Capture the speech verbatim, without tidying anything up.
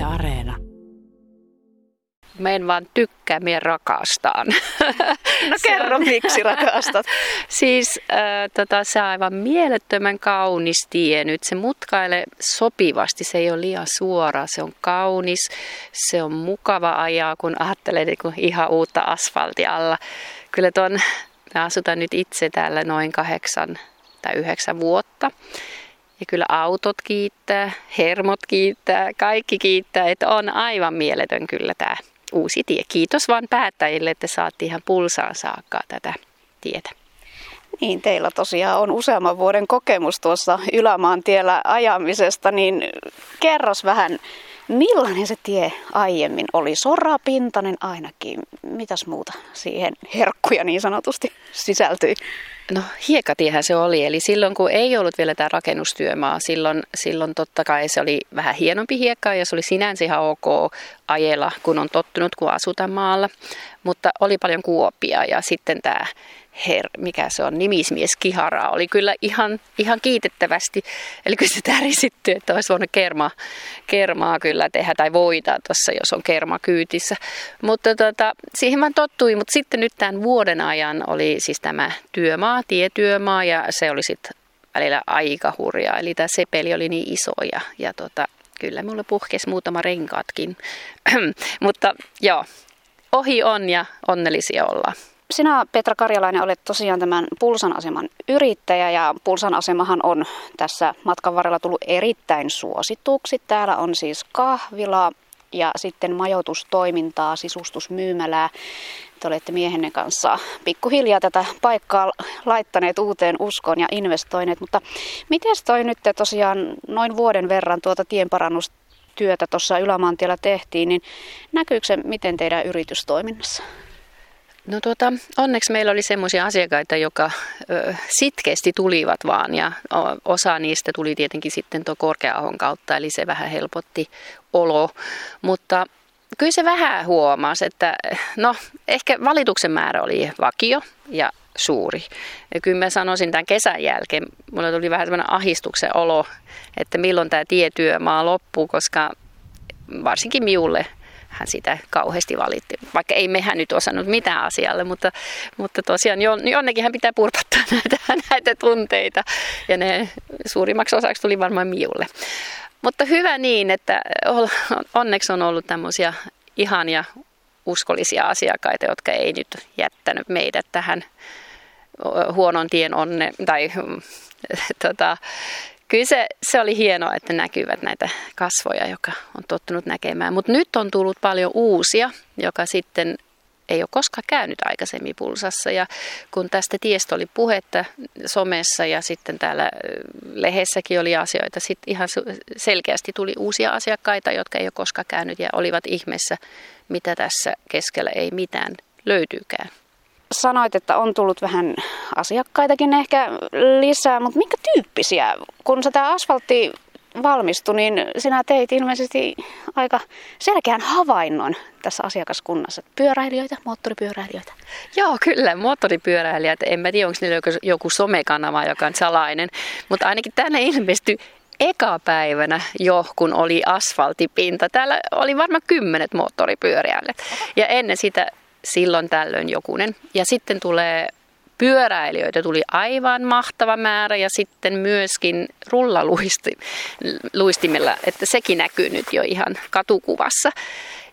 Areena. Mä en vaan tykkää, minä rakastan. No kerro, miksi rakastat? Siis äh, tota, se on aivan mielettömän kaunis tie nyt. Se mutkailee sopivasti, se ei ole liian suora, se on kaunis, se on mukava ajaa, kun ajattelee kun ihan uutta asfaltia alla. Kyllä tuon, me asutaan nyt itse täällä noin kahdeksan tai yhdeksän vuotta. Ja kyllä autot kiittää, hermot kiittää, kaikki kiittää, että on aivan mieletön kyllä tämä uusi tie. Kiitos vaan päättäjille, että saatiin ihan Pulsaan saakka tätä tietä. Niin, teillä tosiaan on useamman vuoden kokemus tuossa Ylämaantiellä ajamisesta, niin kerros vähän, millainen se tie aiemmin oli? Sorapintainen ainakin. Mitäs muuta siihen herkkuja niin sanotusti sisältyi? No hiekkatiehän se oli, eli silloin kun ei ollut vielä tämä rakennustyömaa, silloin, silloin totta kai se oli vähän hienompi hiekkaa ja se oli sinänsä ihan ok ajella, kun on tottunut, kun asutaan maalla, mutta oli paljon kuopia ja sitten tämä her, mikä se on, nimismies Kihara oli kyllä ihan, ihan kiitettävästi, eli kyllä se tärisitty, että olisi voinut kerma, kermaa kyllä tehdä tai voita tuossa, jos on kerma kyytissä, mutta tota, siihen vaan tottui, mutta sitten nyt tämän vuoden ajan oli siis tämä työmaa, tietyömaa ja se oli sitten välillä aika hurjaa, eli tämä sepeli oli niin iso ja, ja tota, kyllä mulla puhkesi muutama renkaatkin, mutta joo, ohi on ja onnellisia ollaan. Sinä, Petra Karjalainen, olet tosiaan tämän Pulsan aseman yrittäjä ja Pulsan asemahan on tässä matkan varrella tullut erittäin suosituksi. Täällä on siis kahvila ja sitten majoitustoimintaa, sisustusmyymälää. Te olette miehenne kanssa pikkuhiljaa tätä paikkaa laittaneet uuteen uskoon ja investoineet, mutta miten toi nyt te tosiaan noin vuoden verran tuota tienparannustyötä tuossa Ylämaantiellä tehtiin, niin näkyykö se miten teidän yritystoiminnassa? No tuota, onneksi meillä oli semmoisia asiakkaita, jotka ö, sitkeästi tulivat vaan ja osa niistä tuli tietenkin sitten tuon Korkea-ahon kautta, eli se vähän helpotti olo, mutta kyllä se vähän huomasi, että no ehkä valituksen määrä oli vakio ja suuri. Ja kyllä mä sanoisin tämän kesän jälkeen, mulla tuli vähän sellainen ahdistuksen olo, että milloin tämä tietyömaa loppuu, koska varsinkin minulle hän sitä kauheasti valitti, vaikka ei mehän nyt osannut mitään asialle, mutta, mutta tosiaan jonnekin hän pitää purpattaa näitä, näitä tunteita ja ne suurimmaksi osaksi tuli varmaan minulle. Mutta hyvä niin, että onneksi on ollut tämmöisiä ihania uskollisia asiakkaita, jotka ei nyt jättänyt meidät tähän huonon tien onne, tai tota, kyllä se, se oli hienoa, että näkyvät näitä kasvoja, joka on tottunut näkemään. Mutta nyt on tullut paljon uusia, joka sitten ei ole koskaan käynyt aikaisemmin Pulsassa. Ja kun tästä tiestä oli puhetta somessa ja sitten täällä lehdessäkin oli asioita, sitten ihan selkeästi tuli uusia asiakkaita, jotka ei ole koskaan käynyt ja olivat ihmeessä, mitä tässä keskellä ei mitään löytyykään. Sanoit, että on tullut vähän asiakkaitakin ehkä lisää, mutta minkä tyyppisiä? Kun se tämä asfaltti valmistui, niin sinä teit ilmeisesti aika selkeän havainnon tässä asiakaskunnassa. Pyöräilijöitä, moottoripyöräilijöitä. Joo, kyllä, moottoripyöräilijät. En mä tiedä, onko niillä joku, joku somekanava, joka on salainen, mutta ainakin tänne ilmestyi eka päivänä jo, kun oli asfaltipinta. Täällä oli varmaan kymmenet moottoripyöräilijät ja ennen sitä silloin tällöin jokunen. Ja sitten tulee pyöräilijöitä, tuli aivan mahtava määrä ja sitten myöskin rullaluistimilla, että sekin näkyy nyt jo ihan katukuvassa.